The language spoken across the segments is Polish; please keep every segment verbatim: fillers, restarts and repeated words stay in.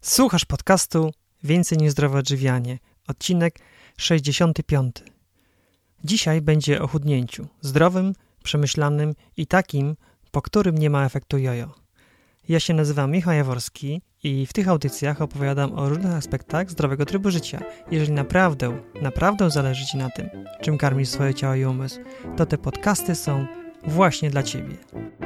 Słuchasz podcastu Więcej niż zdrowe odżywianie, odcinek sześćdziesiąty piąty. Dzisiaj będzie o chudnięciu, zdrowym, przemyślanym i takim, po którym nie ma efektu jojo. Ja się nazywam Michał Jaworski i w tych audycjach opowiadam o różnych aspektach zdrowego trybu życia. Jeżeli naprawdę, naprawdę zależy Ci na tym, czym karmisz swoje ciało i umysł, to te podcasty są właśnie dla Ciebie.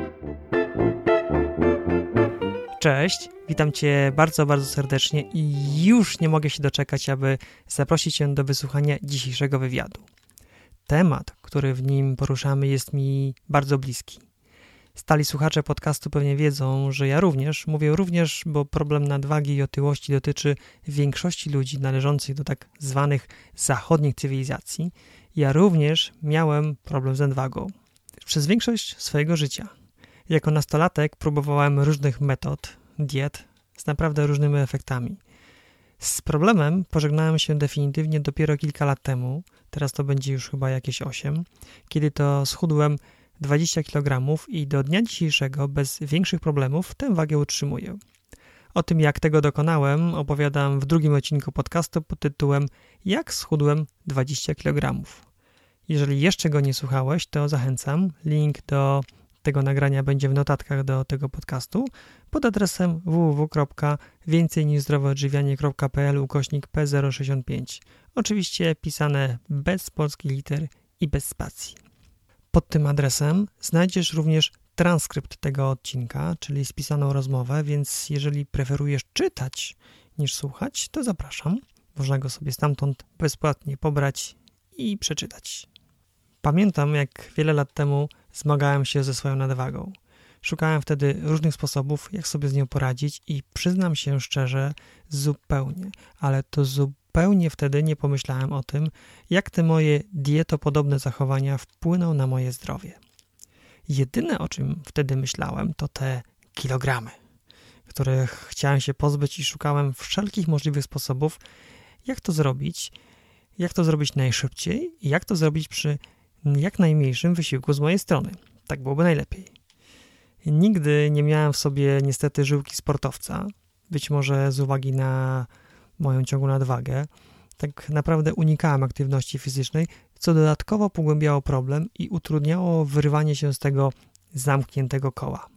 Cześć, witam Cię bardzo, bardzo serdecznie i już nie mogę się doczekać, aby zaprosić Cię do wysłuchania dzisiejszego wywiadu. Temat, który w nim poruszamy, jest mi bardzo bliski. Stali słuchacze podcastu pewnie wiedzą, że ja również, mówię również, bo problem nadwagi i otyłości dotyczy większości ludzi należących do tak zwanych zachodnich cywilizacji. Ja również miałem problem z nadwagą. Przez większość swojego życia. Jako nastolatek próbowałem różnych metod, diet z naprawdę różnymi efektami. Z problemem pożegnałem się definitywnie dopiero kilka lat temu, teraz to będzie już chyba jakieś osiem, kiedy to schudłem dwadzieścia kilogramów i do dnia dzisiejszego bez większych problemów tę wagę utrzymuję. O tym, jak tego dokonałem, opowiadam w drugim odcinku podcastu pod tytułem Jak schudłem dwadzieścia kilogramów. Jeżeli jeszcze go nie słuchałeś, to zachęcam. Link do tego nagrania będzie w notatkach do tego podcastu pod adresem w w w kropka więcej niż zdrowe odżywianie kropka p l ukośnik p zero sześćdziesiąt pięć. Oczywiście pisane bez polskich liter i bez spacji. Pod tym adresem znajdziesz również transkrypt tego odcinka, czyli spisaną rozmowę, więc jeżeli preferujesz czytać niż słuchać, to zapraszam. Można go sobie stamtąd bezpłatnie pobrać i przeczytać. Pamiętam, jak wiele lat temu zmagałem się ze swoją nadwagą. Szukałem wtedy różnych sposobów, jak sobie z nią poradzić i przyznam się szczerze, zupełnie, ale to zupełnie wtedy nie pomyślałem o tym, jak te moje dietopodobne zachowania wpłyną na moje zdrowie. Jedyne, o czym wtedy myślałem, to te kilogramy, których chciałem się pozbyć i szukałem wszelkich możliwych sposobów, jak to zrobić, jak to zrobić najszybciej i jak to zrobić przy jak najmniejszym wysiłku z mojej strony. Tak byłoby najlepiej. Nigdy nie miałem w sobie niestety żyłki sportowca, być może z uwagi na moją ciągłą nadwagę. Tak naprawdę unikałem aktywności fizycznej, co dodatkowo pogłębiało problem i utrudniało wyrywanie się z tego zamkniętego koła.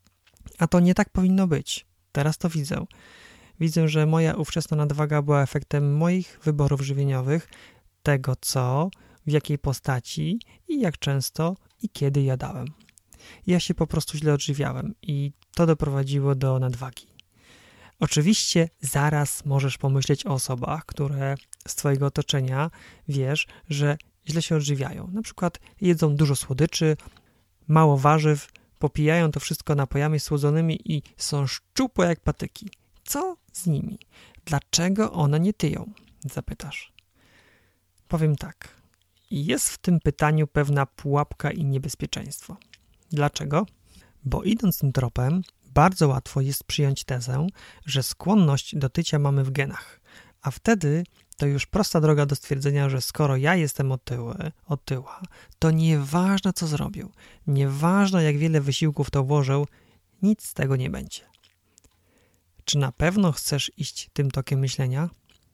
A to nie tak powinno być. Teraz to widzę. Widzę, że moja ówczesna nadwaga była efektem moich wyborów żywieniowych, tego co, w jakiej postaci i jak często i kiedy jadałem. Ja się po prostu źle odżywiałem i to doprowadziło do nadwagi. Oczywiście zaraz możesz pomyśleć o osobach, które z twojego otoczenia wiesz, że źle się odżywiają. Na przykład jedzą dużo słodyczy, mało warzyw, popijają to wszystko napojami słodzonymi i są szczupłe jak patyki. Co z nimi? Dlaczego one nie tyją? Zapytasz. Powiem tak. Jest w tym pytaniu pewna pułapka i niebezpieczeństwo. Dlaczego? Bo idąc tym tropem, bardzo łatwo jest przyjąć tezę, że skłonność do tycia mamy w genach, a wtedy to już prosta droga do stwierdzenia, że skoro ja jestem otyły, otyła, to nieważne co zrobię, nieważne jak wiele wysiłków to włożę, nic z tego nie będzie. Czy na pewno chcesz iść tym tokiem myślenia?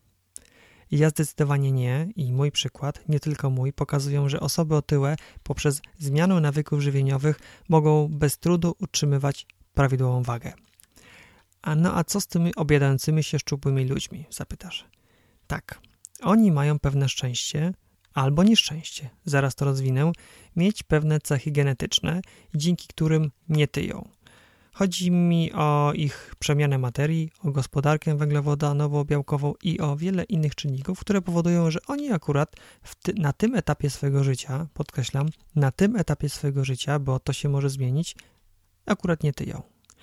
Ja zdecydowanie nie i mój przykład, nie tylko mój, pokazują, że osoby otyłe poprzez zmianę nawyków żywieniowych mogą bez trudu utrzymywać prawidłową wagę. A no a co z tymi obiadającymi się szczupłymi ludźmi, zapytasz? Tak, oni mają pewne szczęście albo nieszczęście, zaraz to rozwinę, mieć pewne cechy genetyczne, dzięki którym nie tyją. Chodzi mi o ich przemianę materii, o gospodarkę węglowodanową-białkową i o wiele innych czynników, które powodują, że oni akurat w ty- na tym etapie swojego życia, podkreślam, na tym etapie swojego życia, bo to się może zmienić, akurat nie tyją.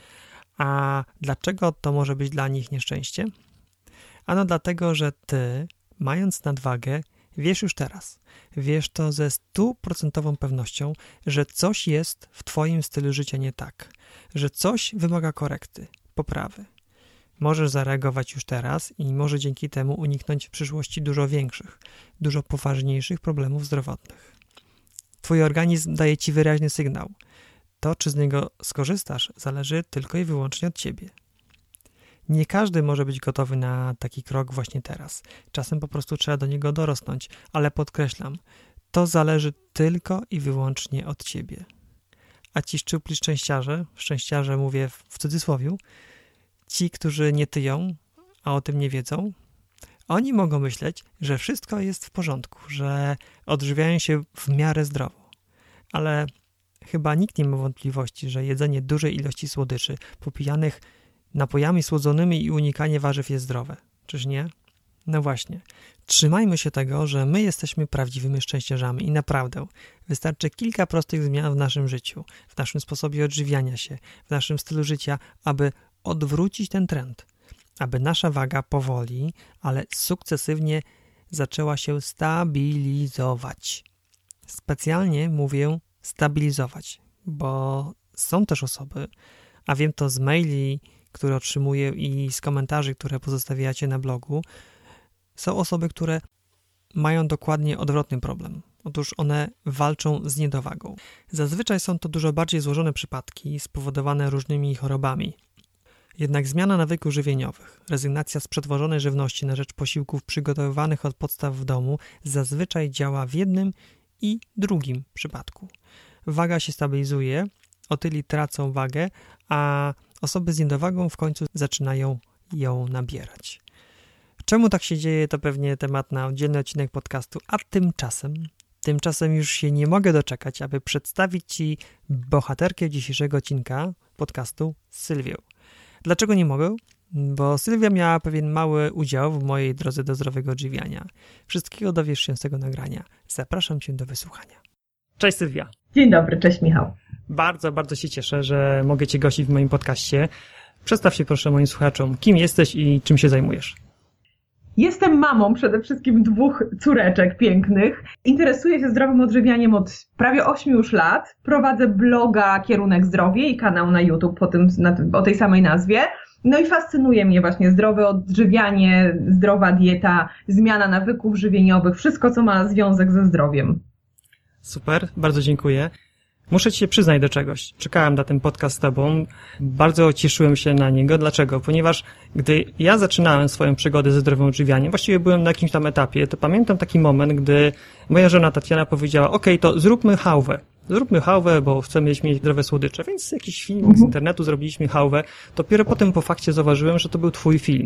A dlaczego to może być dla nich nieszczęście? Ano dlatego, że ty, mając nadwagę, wiesz już teraz, wiesz to ze stuprocentową pewnością, że coś jest w twoim stylu życia nie tak, że coś wymaga korekty, poprawy. Możesz zareagować już teraz i może dzięki temu uniknąć w przyszłości dużo większych, dużo poważniejszych problemów zdrowotnych. Twój organizm daje ci wyraźny sygnał. To, czy z niego skorzystasz, zależy tylko i wyłącznie od ciebie. Nie każdy może być gotowy na taki krok właśnie teraz. Czasem po prostu trzeba do niego dorosnąć, ale podkreślam, to zależy tylko i wyłącznie od ciebie. A ci szczupli szczęściarze, szczęściarze mówię w cudzysłowiu, ci, którzy nie tyją, a o tym nie wiedzą, oni mogą myśleć, że wszystko jest w porządku, że odżywiają się w miarę zdrowo. Ale chyba nikt nie ma wątpliwości, że jedzenie dużej ilości słodyczy, popijanych napojami słodzonymi i unikanie warzyw jest zdrowe. Czyż nie? No właśnie. Trzymajmy się tego, że my jesteśmy prawdziwymi szczęściarzami i naprawdę wystarczy kilka prostych zmian w naszym życiu, w naszym sposobie odżywiania się, w naszym stylu życia, aby odwrócić ten trend, aby nasza waga powoli, ale sukcesywnie zaczęła się stabilizować. Specjalnie mówię stabilizować, bo są też osoby, a wiem to z maili, które otrzymuję i z komentarzy, które pozostawiacie na blogu, są osoby, które mają dokładnie odwrotny problem. Otóż one walczą z niedowagą. Zazwyczaj są to dużo bardziej złożone przypadki spowodowane różnymi chorobami. Jednak zmiana nawyków żywieniowych, rezygnacja z przetworzonej żywności na rzecz posiłków przygotowywanych od podstaw w domu zazwyczaj działa w jednym i drugim przypadku. Waga się stabilizuje, otyli tracą wagę, a osoby z niedowagą w końcu zaczynają ją nabierać. Czemu tak się dzieje, to pewnie temat na oddzielny odcinek podcastu, a tymczasem, tymczasem już się nie mogę doczekać, aby przedstawić Ci bohaterkę dzisiejszego odcinka podcastu, Sylwię. Dlaczego nie mogę? Bo Sylwia miała pewien mały udział w mojej drodze do zdrowego odżywiania. Wszystkiego dowiesz się z tego nagrania. Zapraszam Cię do wysłuchania. Cześć Sylwia. Dzień dobry, cześć Michał. Bardzo, bardzo się cieszę, że mogę Cię gościć w moim podcaście. Przedstaw się proszę moim słuchaczom, kim jesteś i czym się zajmujesz. Jestem mamą przede wszystkim dwóch córeczek pięknych. Interesuję się zdrowym odżywianiem od prawie ośmiu już lat. Prowadzę bloga Kierunek Zdrowie i kanał na YouTube po tym, na, o tej samej nazwie. No i fascynuje mnie właśnie zdrowe odżywianie, zdrowa dieta, zmiana nawyków żywieniowych, wszystko co ma związek ze zdrowiem. Super, bardzo dziękuję. Muszę Ci się przyznać do czegoś. Czekałem na ten podcast z Tobą. Bardzo cieszyłem się na niego. Dlaczego? Ponieważ gdy ja zaczynałem swoją przygodę ze zdrowym odżywianiem, właściwie byłem na jakimś tam etapie, to pamiętam taki moment, gdy moja żona Tatiana powiedziała: okej, to zróbmy chałwę. Zróbmy chałwę, bo chcemy mieć, mieć zdrowe słodycze. Więc z jakichś filmów z internetu zrobiliśmy chałwę. Dopiero potem po fakcie zauważyłem, że to był Twój film.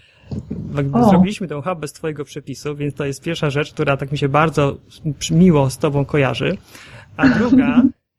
Jakby zrobiliśmy tę chałwę bez Twojego przepisu, więc to jest pierwsza rzecz, która tak mi się bardzo miło z Tobą kojarzy. A druga,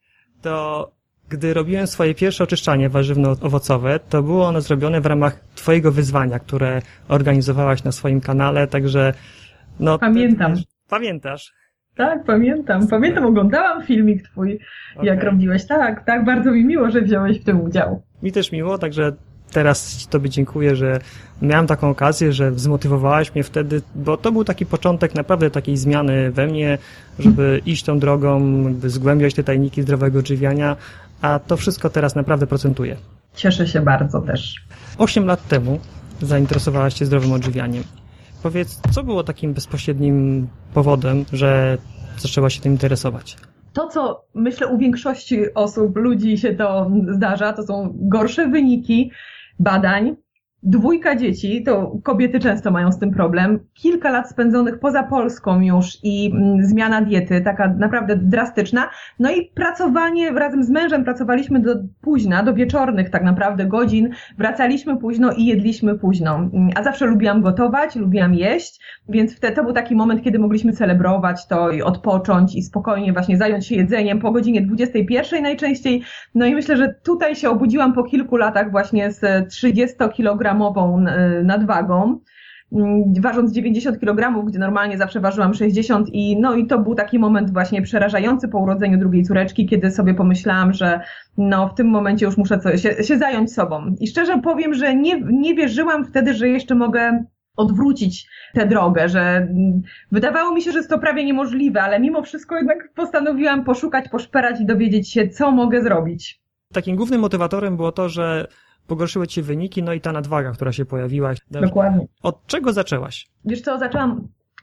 to gdy robiłem swoje pierwsze oczyszczanie warzywno-owocowe, to było ono zrobione w ramach Twojego wyzwania, które organizowałaś na swoim kanale, także no... Pamiętam. Ty, pamiętasz? Tak, pamiętam. Pamiętam, oglądałam filmik Twój, okay. Jak robiłeś. Tak, tak, bardzo mi miło, że wziąłeś w tym udział. Mi też miło, także teraz Tobie dziękuję, że miałem taką okazję, że zmotywowałaś mnie wtedy, bo to był taki początek naprawdę takiej zmiany we mnie, żeby iść tą drogą, jakby zgłębiać te tajniki zdrowego odżywiania, a to wszystko teraz naprawdę procentuje. Cieszę się bardzo też. Osiem lat temu zainteresowałaś się zdrowym odżywianiem. Powiedz, co było takim bezpośrednim powodem, że zaczęłaś się tym interesować? To, co myślę u większości osób, ludzi się to zdarza, to są gorsze wyniki badań. Dwójka dzieci, to kobiety często mają z tym problem. Kilka lat spędzonych poza Polską już i zmiana diety, taka naprawdę drastyczna. No i pracowanie, razem z mężem pracowaliśmy do późna, do wieczornych tak naprawdę godzin. Wracaliśmy późno i jedliśmy późno. A zawsze lubiłam gotować, lubiłam jeść, więc wtedy to był taki moment, kiedy mogliśmy celebrować to i odpocząć i spokojnie właśnie zająć się jedzeniem po godzinie dwudziestej pierwszej najczęściej. No i myślę, że tutaj się obudziłam po kilku latach właśnie z trzydziestokilogramową nadwagą, ważąc dziewięćdziesiąt kilogramów, gdzie normalnie zawsze ważyłam sześćdziesiąt i no i to był taki moment właśnie przerażający po urodzeniu drugiej córeczki, kiedy sobie pomyślałam, że no w tym momencie już muszę coś, się, się zająć sobą. I szczerze powiem, że nie, nie wierzyłam wtedy, że jeszcze mogę odwrócić tę drogę, że wydawało mi się, że jest to prawie niemożliwe, ale mimo wszystko jednak postanowiłam poszukać, poszperać i dowiedzieć się, co mogę zrobić. Takim głównym motywatorem było to, że pogorszyły Ci wyniki, no i ta nadwaga, która się pojawiła. Dokładnie. Od czego zaczęłaś? Wiesz co, zaczęłam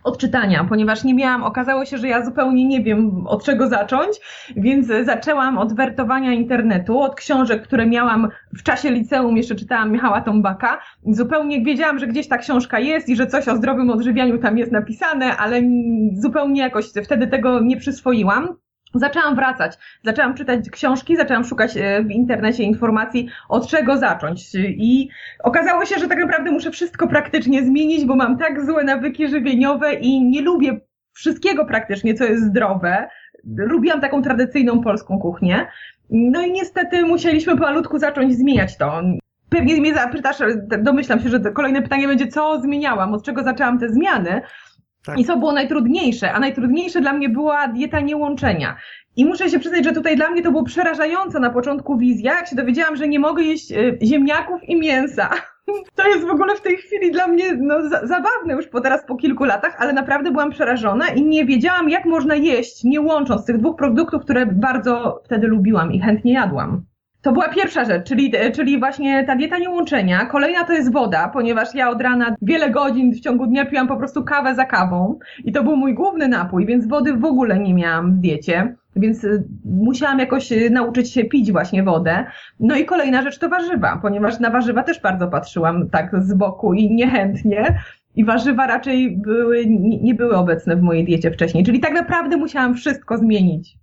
od czytania, ponieważ nie miałam, okazało się, że ja zupełnie nie wiem od czego zacząć, więc zaczęłam od wertowania internetu, od książek, które miałam w czasie liceum, jeszcze czytałam Michała Tombaka. Zupełnie wiedziałam, że gdzieś ta książka jest i że coś o zdrowym odżywianiu tam jest napisane, ale zupełnie jakoś wtedy tego nie przyswoiłam. Zaczęłam wracać, zaczęłam czytać książki, zaczęłam szukać w internecie informacji, od czego zacząć i okazało się, że tak naprawdę muszę wszystko praktycznie zmienić, bo mam tak złe nawyki żywieniowe i nie lubię wszystkiego praktycznie, co jest zdrowe. Lubiłam taką tradycyjną polską kuchnię, no i niestety musieliśmy pomalutku zacząć zmieniać to. Pewnie mnie zapytasz, domyślam się, że kolejne pytanie będzie, co zmieniałam, od czego zaczęłam te zmiany. Tak. I co było najtrudniejsze? A najtrudniejsze dla mnie była dieta niełączenia. I muszę się przyznać, że tutaj dla mnie to było przerażające na początku wizja, jak się dowiedziałam, że nie mogę jeść ziemniaków i mięsa. To jest w ogóle w tej chwili dla mnie no, za- zabawne już po teraz po kilku latach, ale naprawdę byłam przerażona i nie wiedziałam, jak można jeść, nie łącząc tych dwóch produktów, które bardzo wtedy lubiłam i chętnie jadłam. To była pierwsza rzecz, czyli, czyli właśnie ta dieta niełączenia. Kolejna to jest woda, ponieważ ja od rana wiele godzin w ciągu dnia piłam po prostu kawę za kawą i to był mój główny napój, więc wody w ogóle nie miałam w diecie, więc musiałam jakoś nauczyć się pić właśnie wodę. No i kolejna rzecz to warzywa, ponieważ na warzywa też bardzo patrzyłam tak z boku i niechętnie. I warzywa raczej były, nie były obecne w mojej diecie wcześniej, czyli tak naprawdę musiałam wszystko zmienić.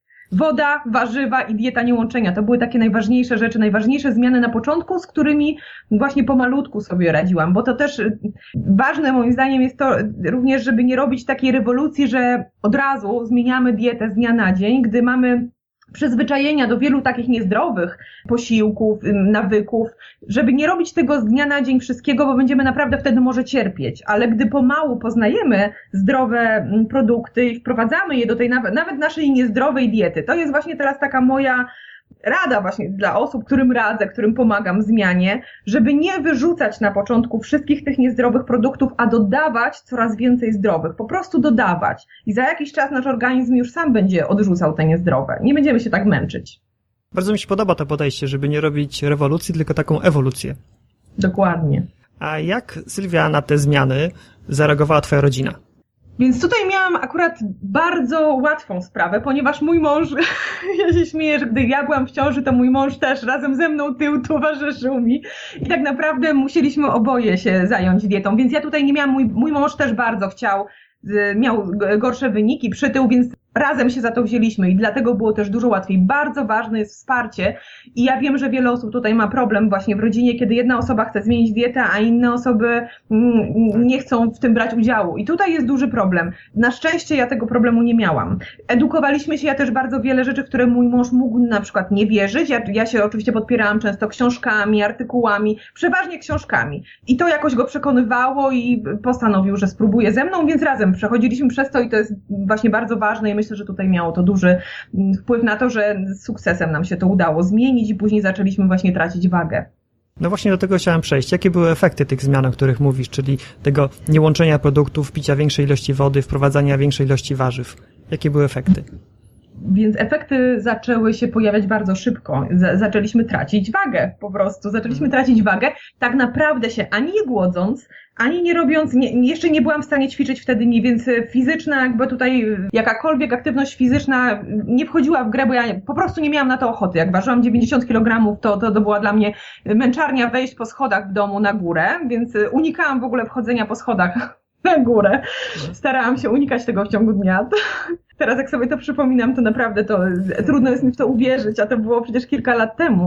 Woda, warzywa i dieta niełączenia. To były takie najważniejsze rzeczy, najważniejsze zmiany na początku, z którymi właśnie pomalutku sobie radziłam, bo to też ważne moim zdaniem jest to również, żeby nie robić takiej rewolucji, że od razu zmieniamy dietę z dnia na dzień, gdy mamy przyzwyczajenia do wielu takich niezdrowych posiłków, nawyków, żeby nie robić tego z dnia na dzień wszystkiego, bo będziemy naprawdę wtedy może cierpieć, ale gdy pomału poznajemy zdrowe produkty i wprowadzamy je do tej nawet, nawet naszej niezdrowej diety, to jest właśnie teraz taka moja rada właśnie dla osób, którym radzę, którym pomagam w zmianie, żeby nie wyrzucać na początku wszystkich tych niezdrowych produktów, a dodawać coraz więcej zdrowych. Po prostu dodawać. I za jakiś czas nasz organizm już sam będzie odrzucał te niezdrowe. Nie będziemy się tak męczyć. Bardzo mi się podoba to podejście, żeby nie robić rewolucji, tylko taką ewolucję. Dokładnie. A jak, Sylwia, na te zmiany zareagowała twoja rodzina? Więc tutaj miałam akurat bardzo łatwą sprawę, ponieważ mój mąż, ja się śmieję, że gdy ja byłam w ciąży, to mój mąż też razem ze mną tył towarzyszył mi i tak naprawdę musieliśmy oboje się zająć dietą, więc ja tutaj nie miałam, mój, mój mąż też bardzo chciał, miał gorsze wyniki, przytył, więc razem się za to wzięliśmy i dlatego było też dużo łatwiej. Bardzo ważne jest wsparcie i ja wiem, że wiele osób tutaj ma problem właśnie w rodzinie, kiedy jedna osoba chce zmienić dietę, a inne osoby nie chcą w tym brać udziału. I tutaj jest duży problem. Na szczęście ja tego problemu nie miałam. Edukowaliśmy się, ja też bardzo wiele rzeczy, które mój mąż mógł na przykład nie wierzyć. Ja, ja się oczywiście podpierałam często książkami, artykułami, przeważnie książkami. I to jakoś go przekonywało i postanowił, że spróbuje ze mną, więc razem przechodziliśmy przez to i to jest właśnie bardzo ważne i myślę, że tutaj miało to duży wpływ na to, że z sukcesem nam się to udało zmienić i później zaczęliśmy właśnie tracić wagę. No właśnie do tego chciałem przejść. Jakie były efekty tych zmian, o których mówisz, czyli tego niełączenia produktów, picia większej ilości wody, wprowadzania większej ilości warzyw? Jakie były efekty? Więc efekty zaczęły się pojawiać bardzo szybko. Z- zaczęliśmy tracić wagę po prostu. Zaczęliśmy tracić wagę, tak naprawdę się ani nie głodząc, ani nie robiąc, nie, jeszcze nie byłam w stanie ćwiczyć wtedy, nie, więc fizyczna, jakby tutaj jakakolwiek aktywność fizyczna nie wchodziła w grę, bo ja po prostu nie miałam na to ochoty. Jak ważyłam dziewięćdziesiąt kilogramów, to, to, to była dla mnie męczarnia wejść po schodach w domu na górę, więc unikałam w ogóle wchodzenia po schodach na górę. Starałam się unikać tego w ciągu dnia. Teraz jak sobie to przypominam, to naprawdę to trudno jest mi w to uwierzyć, a to było przecież kilka lat temu.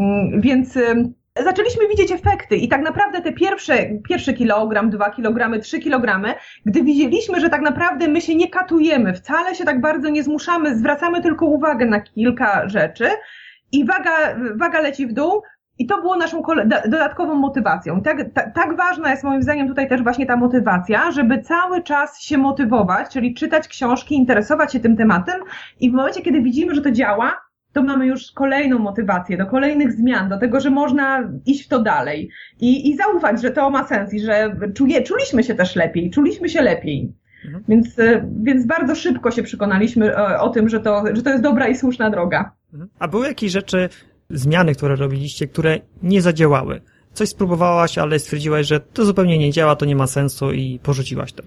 Więc zaczęliśmy widzieć efekty i tak naprawdę te pierwsze, pierwszy kilogram, dwa kilogramy, trzy kilogramy, gdy widzieliśmy, że tak naprawdę my się nie katujemy, wcale się tak bardzo nie zmuszamy, zwracamy tylko uwagę na kilka rzeczy i waga, waga leci w dół, i to było naszą dodatkową motywacją. Tak, tak, tak ważna jest moim zdaniem tutaj też właśnie ta motywacja, żeby cały czas się motywować, czyli czytać książki, interesować się tym tematem i w momencie, kiedy widzimy, że to działa, to mamy już kolejną motywację do kolejnych zmian, do tego, że można iść w to dalej i, i zaufać, że to ma sens i że czuje, czuliśmy się też lepiej, czuliśmy się lepiej. Mhm. Więc, więc bardzo szybko się przekonaliśmy o, o tym, że to, że to jest dobra i słuszna droga. A były jakieś rzeczy, zmiany, które robiliście, które nie zadziałały? Coś spróbowałaś, ale stwierdziłaś, że to zupełnie nie działa, to nie ma sensu i porzuciłaś to.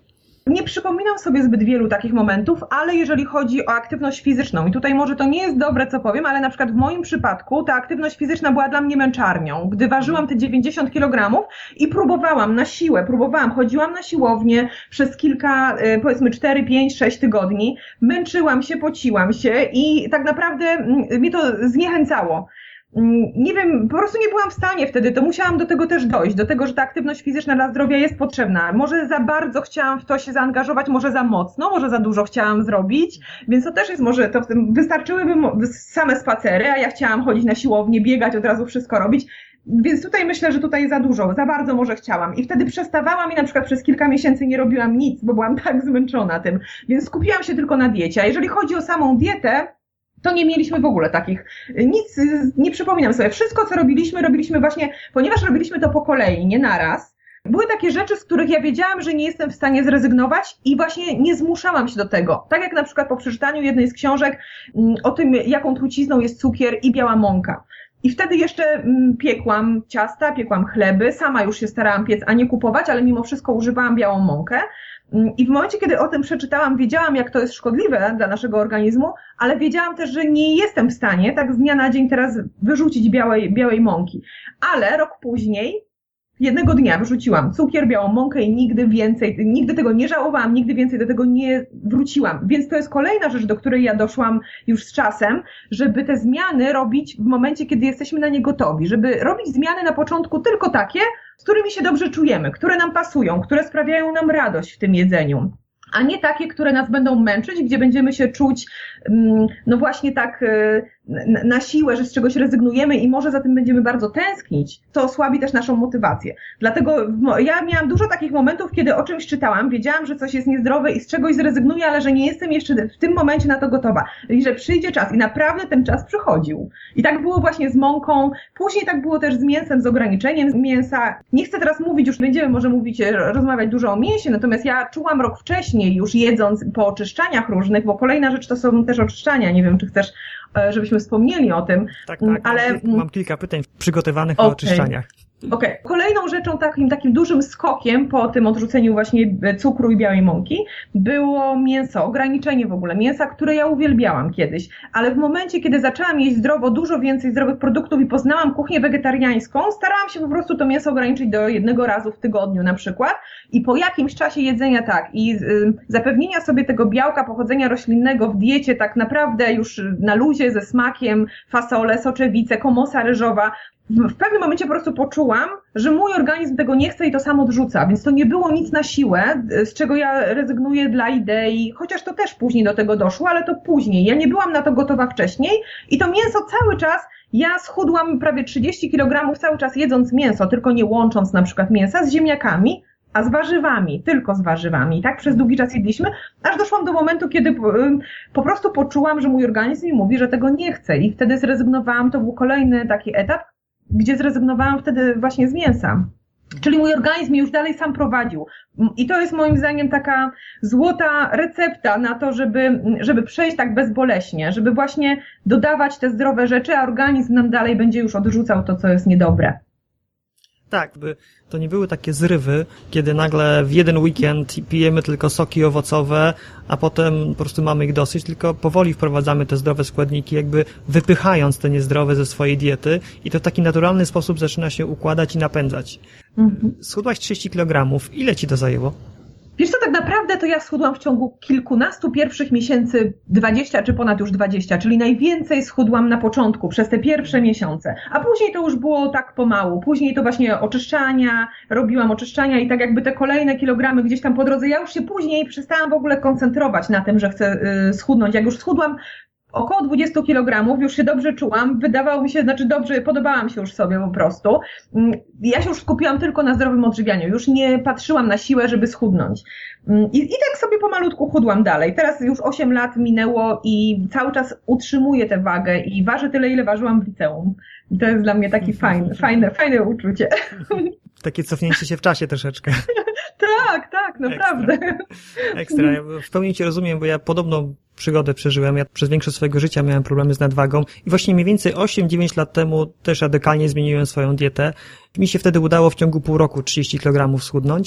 Nie przypominam sobie zbyt wielu takich momentów, ale jeżeli chodzi o aktywność fizyczną i tutaj może to nie jest dobre, co powiem, ale na przykład w moim przypadku ta aktywność fizyczna była dla mnie męczarnią. Gdy ważyłam te dziewięćdziesiąt kilogramów i próbowałam na siłę, próbowałam, chodziłam na siłownię przez kilka, powiedzmy cztery, pięć, sześć tygodni, męczyłam się, pociłam się i tak naprawdę mnie to zniechęcało. Nie wiem, po prostu nie byłam w stanie wtedy, to musiałam do tego też dojść, do tego, że ta aktywność fizyczna dla zdrowia jest potrzebna. Może za bardzo chciałam w to się zaangażować, może za mocno, może za dużo chciałam zrobić, więc to też jest może, to wystarczyłyby same spacery, a ja chciałam chodzić na siłownię, biegać, od razu wszystko robić. Więc tutaj myślę, że tutaj za dużo, za bardzo może chciałam. I wtedy przestawałam i na przykład przez kilka miesięcy nie robiłam nic, bo byłam tak zmęczona tym. Więc skupiłam się tylko na diecie. A jeżeli chodzi o samą dietę, to nie mieliśmy w ogóle takich, nic nie przypominam sobie. Wszystko, co robiliśmy, robiliśmy właśnie, ponieważ robiliśmy to po kolei, nie naraz. Były takie rzeczy, z których ja wiedziałam, że nie jestem w stanie zrezygnować i właśnie nie zmuszałam się do tego. Tak jak na przykład po przeczytaniu jednej z książek o tym, jaką trucizną jest cukier i biała mąka. I wtedy jeszcze piekłam ciasta, piekłam chleby, sama już się starałam piec, a nie kupować, ale mimo wszystko używałam białą mąkę. I w momencie, kiedy o tym przeczytałam, wiedziałam, jak to jest szkodliwe dla naszego organizmu, ale wiedziałam też, że nie jestem w stanie tak z dnia na dzień teraz wyrzucić białej, białej mąki. Ale rok później, jednego dnia wyrzuciłam cukier, białą mąkę i nigdy więcej, nigdy tego nie żałowałam, nigdy więcej do tego nie wróciłam. Więc to jest kolejna rzecz, do której ja doszłam już z czasem, żeby te zmiany robić w momencie, kiedy jesteśmy na nie gotowi. Żeby robić zmiany na początku tylko takie, z którymi się dobrze czujemy, które nam pasują, które sprawiają nam radość w tym jedzeniu. A nie takie, które nas będą męczyć, gdzie będziemy się czuć, no właśnie tak na siłę, że z czegoś rezygnujemy i może za tym będziemy bardzo tęsknić, to osłabi też naszą motywację. Dlatego ja miałam dużo takich momentów, kiedy o czymś czytałam, wiedziałam, że coś jest niezdrowe i z czegoś zrezygnuję, ale że nie jestem jeszcze w tym momencie na to gotowa. I że przyjdzie czas i naprawdę ten czas przychodził. I tak było właśnie z mąką, później tak było też z mięsem, z ograniczeniem mięsa. Nie chcę teraz mówić, już będziemy może mówić, rozmawiać dużo o mięsie, natomiast ja czułam rok wcześniej, już jedząc po oczyszczaniach różnych, bo kolejna rzecz to są też oczyszczania, nie wiem, czy chcesz, żebyśmy wspomnieli o tym. Tak, tak, ale mam, mam kilka pytań przygotowanych okay. o oczyszczaniach. Okej. Okay. Kolejną rzeczą, takim, takim dużym skokiem po tym odrzuceniu właśnie cukru i białej mąki było mięso, ograniczenie w ogóle mięsa, które ja uwielbiałam kiedyś, ale w momencie, kiedy zaczęłam jeść zdrowo, dużo więcej zdrowych produktów i poznałam kuchnię wegetariańską, starałam się po prostu to mięso ograniczyć do jednego razu w tygodniu na przykład i po jakimś czasie jedzenia tak i y, zapewnienia sobie tego białka pochodzenia roślinnego w diecie tak naprawdę już na luzie ze smakiem, fasole, soczewice, komosa ryżowa, w pewnym momencie po prostu poczułam, że mój organizm tego nie chce i to sam odrzuca, więc to nie było nic na siłę, z czego ja rezygnuję dla idei, chociaż to też później do tego doszło, ale to później. Ja nie byłam na to gotowa wcześniej i to mięso cały czas, ja schudłam prawie trzydzieści kilogramów cały czas jedząc mięso, tylko nie łącząc na przykład mięsa z ziemniakami, a z warzywami, tylko z warzywami. I tak przez długi czas jedliśmy, aż doszłam do momentu, kiedy po prostu poczułam, że mój organizm mi mówi, że tego nie chce i wtedy zrezygnowałam, to był kolejny taki etap, gdzie zrezygnowałam wtedy właśnie z mięsa. Czyli mój organizm mnie już dalej sam prowadził. I to jest moim zdaniem taka złota recepta na to, żeby, żeby przejść tak bezboleśnie, żeby właśnie dodawać te zdrowe rzeczy, a organizm nam dalej będzie już odrzucał to, co jest niedobre. Tak, by to nie były takie zrywy, kiedy nagle w jeden weekend pijemy tylko soki owocowe, a potem po prostu mamy ich dosyć, tylko powoli wprowadzamy te zdrowe składniki, jakby wypychając te niezdrowe ze swojej diety i to w taki naturalny sposób zaczyna się układać i napędzać. Mhm. Schudłaś trzydzieści kilogramów. Ile ci to zajęło? Wiesz co, tak naprawdę to ja schudłam w ciągu kilkunastu pierwszych miesięcy dwadzieścia czy ponad już dwadzieścia, czyli najwięcej schudłam na początku, przez te pierwsze miesiące, a później to już było tak pomału, później to właśnie oczyszczania, robiłam oczyszczania i tak jakby te kolejne kilogramy gdzieś tam po drodze, ja już się później przestałam w ogóle koncentrować na tym, że chcę y, schudnąć, jak już schudłam około dwadzieścia kilogramów, już się dobrze czułam, wydawało mi się, znaczy dobrze, podobałam się już sobie po prostu. Ja się już skupiłam tylko na zdrowym odżywianiu, już nie patrzyłam na siłę, żeby schudnąć. I, i tak sobie pomalutku chudłam dalej. Teraz już osiem lat minęło i cały czas utrzymuję tę wagę i ważę tyle, ile ważyłam w liceum. I to jest dla mnie taki fajny, fajne, fajne uczucie. Takie cofnięcie się w czasie troszeczkę. Tak, tak, naprawdę. Ekstra. Ekstra. Ja w pełni cię rozumiem, bo ja podobną przygodę przeżyłem. Ja przez większość swojego życia miałem problemy z nadwagą i właśnie mniej więcej osiem dziewięć lat temu też radykalnie zmieniłem swoją dietę. Mi się wtedy udało w ciągu pół roku trzydzieści kilogramów schudnąć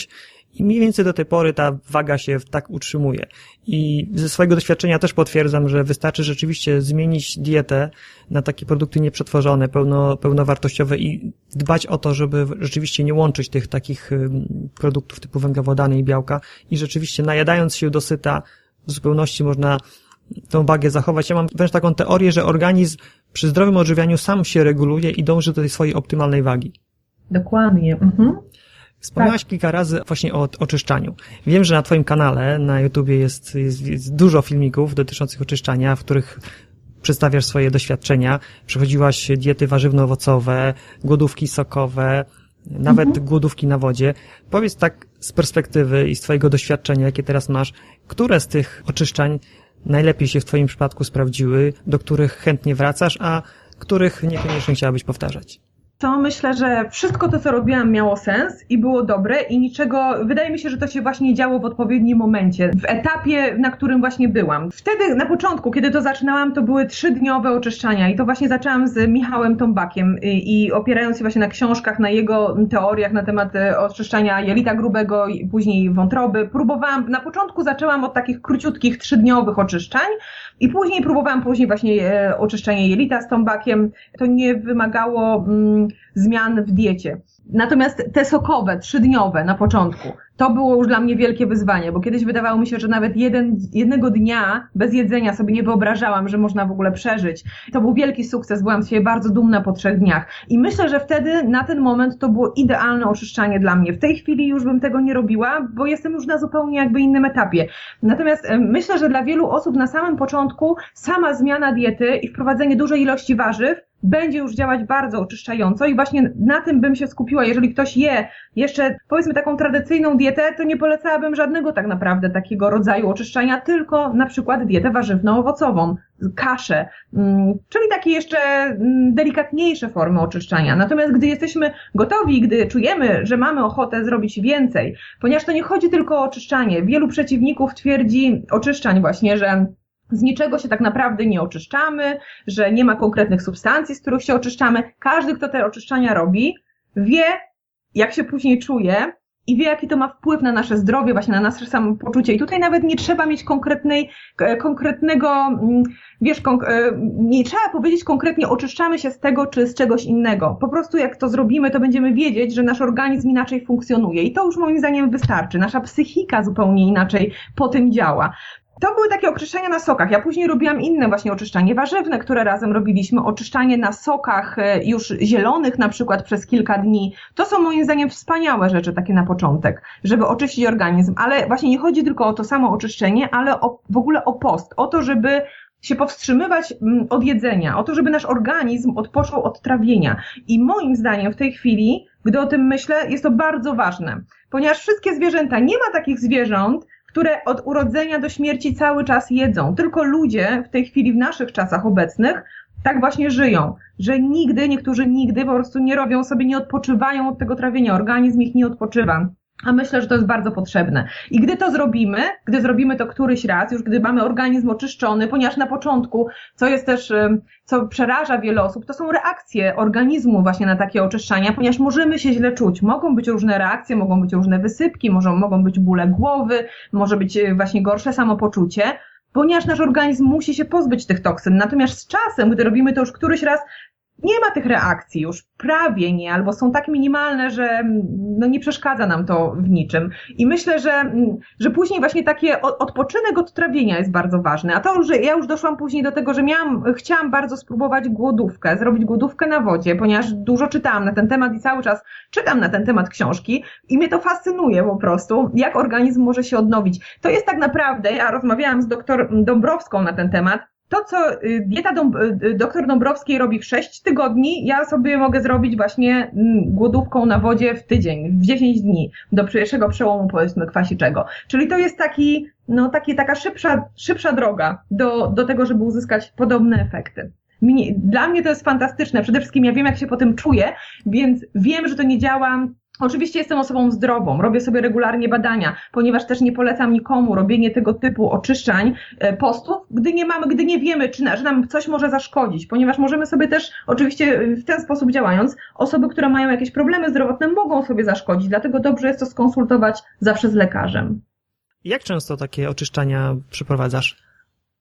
I mniej więcej do tej pory ta waga się tak utrzymuje. I ze swojego doświadczenia też potwierdzam, że wystarczy rzeczywiście zmienić dietę na takie produkty nieprzetworzone, pełno, pełnowartościowe i dbać o to, żeby rzeczywiście nie łączyć tych takich produktów typu węglowodany i białka i rzeczywiście najadając się dosyta w zupełności można tą wagę zachować. Ja mam wręcz taką teorię, że organizm przy zdrowym odżywianiu sam się reguluje i dąży do tej swojej optymalnej wagi. Dokładnie. Mhm. Wspomniałaś tak. kilka razy właśnie o oczyszczaniu. Wiem, że na Twoim kanale na YouTubie jest, jest, jest dużo filmików dotyczących oczyszczania, w których przedstawiasz swoje doświadczenia. Przechodziłaś diety warzywno-owocowe, głodówki sokowe, nawet mhm. głodówki na wodzie. Powiedz tak z perspektywy i z Twojego doświadczenia, jakie teraz masz, które z tych oczyszczań najlepiej się w Twoim przypadku sprawdziły, do których chętnie wracasz, a których niekoniecznie chciałabyś powtarzać? To myślę, że wszystko to, co robiłam, miało sens i było dobre i niczego, wydaje mi się, że to się właśnie działo w odpowiednim momencie, w etapie, na którym właśnie byłam. Wtedy, na początku, kiedy to zaczynałam, to były trzydniowe oczyszczania i to właśnie zaczęłam z Michałem Tombakiem i, i opierając się właśnie na książkach, na jego teoriach na temat oczyszczania jelita grubego i później wątroby. Próbowałam, na początku zaczęłam od takich króciutkich, trzydniowych oczyszczań i później próbowałam później właśnie e, oczyszczanie jelita z Tombakiem. To nie wymagało mm, zmian w diecie. Natomiast te sokowe, trzydniowe na początku, to było już dla mnie wielkie wyzwanie, bo kiedyś wydawało mi się, że nawet jeden, jednego dnia bez jedzenia sobie nie wyobrażałam, że można w ogóle przeżyć. To był wielki sukces, byłam z siebie bardzo dumna po trzech dniach. I myślę, że wtedy, na ten moment, to było idealne oczyszczanie dla mnie. W tej chwili już bym tego nie robiła, bo jestem już na zupełnie jakby innym etapie. Natomiast myślę, że dla wielu osób na samym początku sama zmiana diety i wprowadzenie dużej ilości warzyw będzie już działać bardzo oczyszczająco i właśnie na tym bym się skupiła. Jeżeli ktoś je jeszcze, powiedzmy, taką tradycyjną dietę, to nie polecałabym żadnego tak naprawdę takiego rodzaju oczyszczania, tylko na przykład dietę warzywno-owocową, kaszę, czyli takie jeszcze delikatniejsze formy oczyszczania. Natomiast gdy jesteśmy gotowi, gdy czujemy, że mamy ochotę zrobić więcej, ponieważ to nie chodzi tylko o oczyszczanie. Wielu przeciwników twierdzi oczyszczań właśnie, że z niczego się tak naprawdę nie oczyszczamy, że nie ma konkretnych substancji, z których się oczyszczamy. Każdy, kto te oczyszczania robi, wie, jak się później czuje i wie, jaki to ma wpływ na nasze zdrowie, właśnie na nasze samopoczucie. I tutaj nawet nie trzeba mieć konkretnej, konkretnego, wiesz, konk- nie trzeba powiedzieć konkretnie, oczyszczamy się z tego czy z czegoś innego. Po prostu jak to zrobimy, to będziemy wiedzieć, że nasz organizm inaczej funkcjonuje. I to już moim zdaniem wystarczy. Nasza psychika zupełnie inaczej po tym działa. To były takie oczyszczania na sokach. Ja później robiłam inne właśnie oczyszczanie warzywne, które razem robiliśmy. Oczyszczanie na sokach już zielonych na przykład przez kilka dni. To są moim zdaniem wspaniałe rzeczy takie na początek, żeby oczyścić organizm. Ale właśnie nie chodzi tylko o to samo oczyszczenie, ale o, w ogóle o post. O to, żeby się powstrzymywać od jedzenia. O to, żeby nasz organizm odpoczął od trawienia. I moim zdaniem w tej chwili, gdy o tym myślę, jest to bardzo ważne. Ponieważ wszystkie zwierzęta, nie ma takich zwierząt, które od urodzenia do śmierci cały czas jedzą. Tylko ludzie w tej chwili, w naszych czasach obecnych, tak właśnie żyją, że nigdy, niektórzy nigdy po prostu nie robią sobie, nie odpoczywają od tego trawienia, organizm ich nie odpoczywa. A myślę, że to jest bardzo potrzebne. I gdy to zrobimy, gdy zrobimy to któryś raz, już gdy mamy organizm oczyszczony, ponieważ na początku, co jest też, co przeraża wiele osób, to są reakcje organizmu właśnie na takie oczyszczania, ponieważ możemy się źle czuć. Mogą być różne reakcje, mogą być różne wysypki, mogą, mogą być bóle głowy, może być właśnie gorsze samopoczucie, ponieważ nasz organizm musi się pozbyć tych toksyn. Natomiast z czasem, gdy robimy to już któryś raz, nie ma tych reakcji już, prawie nie, albo są tak minimalne, że no nie przeszkadza nam to w niczym. I myślę, że, że później właśnie takie odpoczynek od trawienia jest bardzo ważny. A to, że ja już doszłam później do tego, że miałam, chciałam bardzo spróbować głodówkę, zrobić głodówkę na wodzie, ponieważ dużo czytałam na ten temat i cały czas czytam na ten temat książki i mnie to fascynuje po prostu, jak organizm może się odnowić. To jest tak naprawdę, ja rozmawiałam z doktor Dąbrowską na ten temat, to, co dieta Dąb- doktor Dąbrowskiej robi w sześć tygodni, ja sobie mogę zrobić właśnie głodówką na wodzie w tydzień, w dziesięć dni, do pierwszego przełomu, powiedzmy, kwasiczego. Czyli to jest taki, no, taki, taka szybsza, szybsza droga do, do tego, żeby uzyskać podobne efekty. Mnie, dla mnie to jest fantastyczne. Przede wszystkim ja wiem, jak się po tym czuję, więc wiem, że to nie działa Oczywiście jestem osobą zdrową, robię sobie regularnie badania, ponieważ też nie polecam nikomu robienie tego typu oczyszczań postów, gdy nie mamy, gdy nie wiemy, czy na, że nam coś może zaszkodzić, ponieważ możemy sobie też, oczywiście w ten sposób działając, osoby, które mają jakieś problemy zdrowotne, mogą sobie zaszkodzić, dlatego dobrze jest to skonsultować zawsze z lekarzem. Jak często takie oczyszczania przeprowadzasz?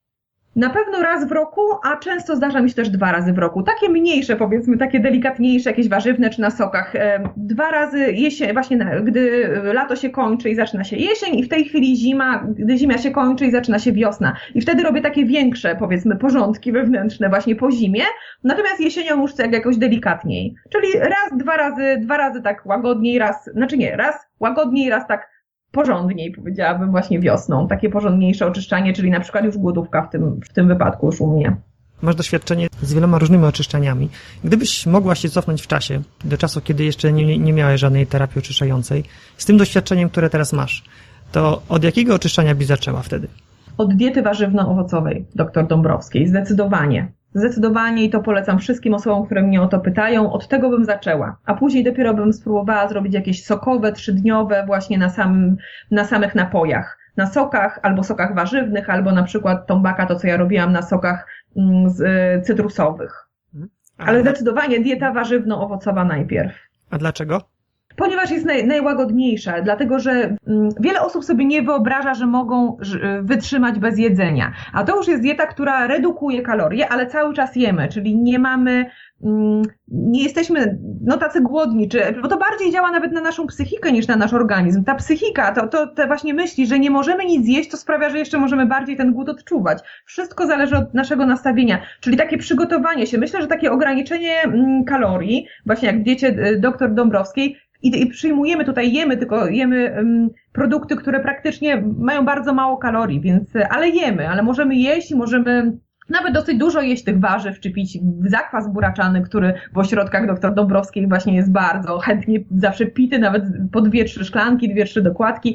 Na pewno raz w roku, a często zdarza mi się też dwa razy w roku. Takie mniejsze, powiedzmy, takie delikatniejsze, jakieś warzywne czy na sokach. Dwa razy jesień, właśnie gdy lato się kończy i zaczyna się jesień i w tej chwili zima, gdy zima się kończy i zaczyna się wiosna. I wtedy robię takie większe, powiedzmy, porządki wewnętrzne właśnie po zimie. Natomiast jesienią już chcę jakoś delikatniej. Czyli raz, dwa razy, dwa razy tak łagodniej, raz, znaczy nie, raz łagodniej, raz tak porządniej, powiedziałabym, właśnie wiosną. Takie porządniejsze oczyszczanie, czyli na przykład już głodówka w tym, w tym wypadku już u mnie. Masz doświadczenie z wieloma różnymi oczyszczaniami. Gdybyś mogła się cofnąć w czasie, do czasu, kiedy jeszcze nie, nie miałeś żadnej terapii oczyszczającej, z tym doświadczeniem, które teraz masz, to od jakiego oczyszczania byś zaczęła wtedy? Od diety warzywno-owocowej dr Dąbrowskiej, zdecydowanie. Zdecydowanie i to polecam wszystkim osobom, które mnie o to pytają, od tego bym zaczęła, a później dopiero bym spróbowała zrobić jakieś sokowe, trzydniowe właśnie na samym, na samych napojach, na sokach albo sokach warzywnych, albo na przykład tombaka, to co ja robiłam na sokach z, y, cytrusowych. Ale zdecydowanie dieta warzywno-owocowa najpierw. A dlaczego? Ponieważ jest naj, najłagodniejsza, dlatego że mm, wiele osób sobie nie wyobraża, że mogą ż, wytrzymać bez jedzenia. A to już jest dieta, która redukuje kalorie, ale cały czas jemy, czyli nie mamy, mm, nie jesteśmy no tacy głodni, czy, bo to bardziej działa nawet na naszą psychikę niż na nasz organizm. Ta psychika, to, to te właśnie myśli, że nie możemy nic zjeść, to sprawia, że jeszcze możemy bardziej ten głód odczuwać. Wszystko zależy od naszego nastawienia, czyli takie przygotowanie się. Myślę, że takie ograniczenie mm, kalorii, właśnie jak w diecie dr Dąbrowskiej, I, I przyjmujemy tutaj, jemy, tylko jemy um, produkty, które praktycznie mają bardzo mało kalorii, więc, ale jemy, ale możemy jeść i możemy nawet dosyć dużo jeść tych warzyw, czy pić zakwas buraczany, który w ośrodkach dr Dąbrowskiej właśnie jest bardzo chętnie zawsze pity, nawet po dwie, trzy szklanki, dwie, trzy dokładki.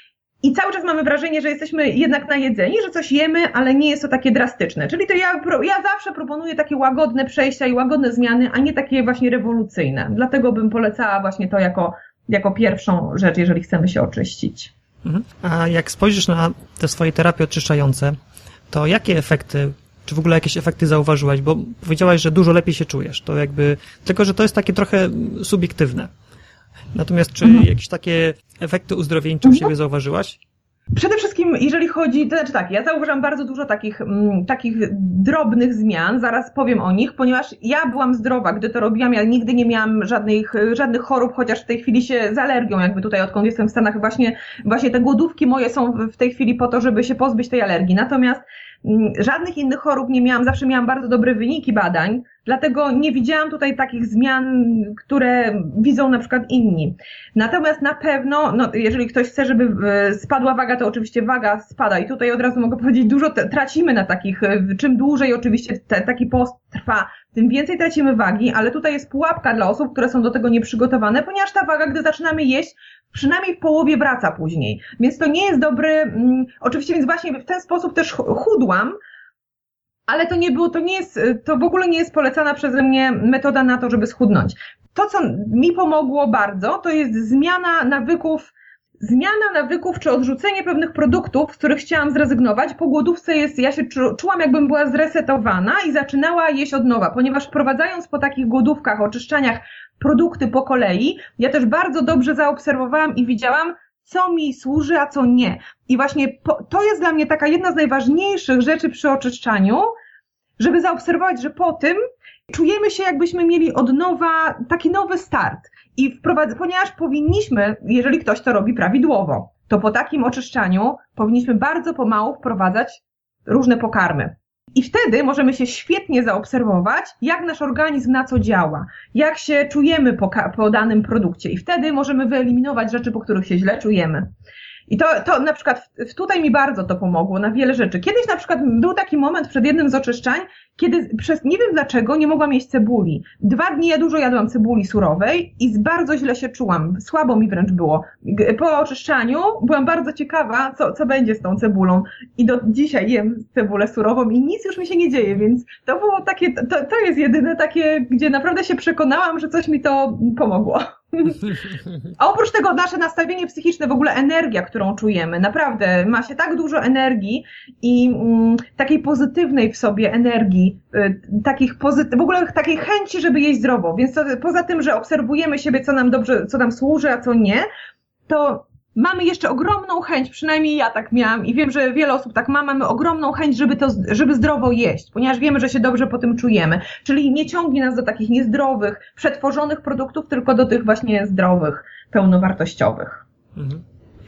I cały czas mamy wrażenie, że jesteśmy jednak najedzeni, że coś jemy, ale nie jest to takie drastyczne. Czyli to ja, ja zawsze proponuję takie łagodne przejścia i łagodne zmiany, a nie takie właśnie rewolucyjne. Dlatego bym polecała właśnie to jako, jako pierwszą rzecz, jeżeli chcemy się oczyścić. A jak spojrzysz na te swoje terapie oczyszczające, to jakie efekty, czy w ogóle jakieś efekty zauważyłaś? Bo powiedziałaś, że dużo lepiej się czujesz. To jakby, tylko że to jest takie trochę subiektywne. Natomiast czy mhm. jakieś takie efekty uzdrowieńcze u mhm. siebie zauważyłaś? Przede wszystkim, jeżeli chodzi, to znaczy tak, ja zauważam bardzo dużo takich, m, takich drobnych zmian, zaraz powiem o nich, ponieważ ja byłam zdrowa, gdy to robiłam, ja nigdy nie miałam żadnych, żadnych chorób, chociaż w tej chwili się z alergią, jakby tutaj odkąd jestem w Stanach, właśnie, właśnie te głodówki moje są w tej chwili po to, żeby się pozbyć tej alergii. Natomiast m, żadnych innych chorób nie miałam, zawsze miałam bardzo dobre wyniki badań, dlatego nie widziałam tutaj takich zmian, które widzą na przykład inni. Natomiast na pewno, no, jeżeli ktoś chce, żeby spadła waga, to oczywiście waga spada i tutaj od razu mogę powiedzieć, dużo tracimy na takich, czym dłużej oczywiście te, taki post trwa, tym więcej tracimy wagi, ale tutaj jest pułapka dla osób, które są do tego nieprzygotowane, ponieważ ta waga, gdy zaczynamy jeść, przynajmniej w połowie wraca później. Więc to nie jest dobry, mm, oczywiście więc właśnie w ten sposób też chudłam, ale to nie było, to nie jest, to w ogóle nie jest polecana przeze mnie metoda na to, żeby schudnąć. To, co mi pomogło bardzo, to jest zmiana nawyków, zmiana nawyków czy odrzucenie pewnych produktów, z których chciałam zrezygnować. Po głodówce jest, ja się czu, czułam, jakbym była zresetowana i zaczynała jeść od nowa, ponieważ wprowadzając po takich głodówkach, oczyszczaniach produkty po kolei, ja też bardzo dobrze zaobserwowałam i widziałam, co mi służy, a co nie. I właśnie po, to jest dla mnie taka jedna z najważniejszych rzeczy przy oczyszczaniu, żeby zaobserwować, że po tym czujemy się, jakbyśmy mieli od nowa taki nowy start. I wprowadz, ponieważ powinniśmy, jeżeli ktoś to robi prawidłowo, to po takim oczyszczaniu powinniśmy bardzo pomału wprowadzać różne pokarmy. I wtedy możemy się świetnie zaobserwować, jak nasz organizm na co działa, jak się czujemy po, po danym produkcie. I wtedy możemy wyeliminować rzeczy, po których się źle czujemy. I to, to na przykład tutaj mi bardzo to pomogło na wiele rzeczy. Kiedyś na przykład był taki moment przed jednym z oczyszczań, kiedy przez nie wiem dlaczego nie mogłam jeść cebuli. Dwa dni ja dużo jadłam cebuli surowej i bardzo źle się czułam. Słabo mi wręcz było. Po oczyszczaniu byłam bardzo ciekawa, co, co będzie z tą cebulą. I do dzisiaj jem cebulę surową i nic już mi się nie dzieje, więc to było takie, to, to jest jedyne takie, gdzie naprawdę się przekonałam, że coś mi to pomogło. A oprócz tego nasze nastawienie psychiczne, w ogóle energia, którą czujemy, naprawdę ma się tak dużo energii i mm, takiej pozytywnej w sobie energii, y, takich pozytyw, w ogóle takiej chęci, żeby jeść zdrowo. Więc to, poza tym, że obserwujemy siebie, co nam dobrze, co nam służy, a co nie, to mamy jeszcze ogromną chęć, przynajmniej ja tak miałam i wiem, że wiele osób tak ma, mamy ogromną chęć, żeby to, żeby zdrowo jeść, ponieważ wiemy, że się dobrze po tym czujemy. Czyli nie ciągnie nas do takich niezdrowych, przetworzonych produktów, tylko do tych właśnie zdrowych, pełnowartościowych. Mhm.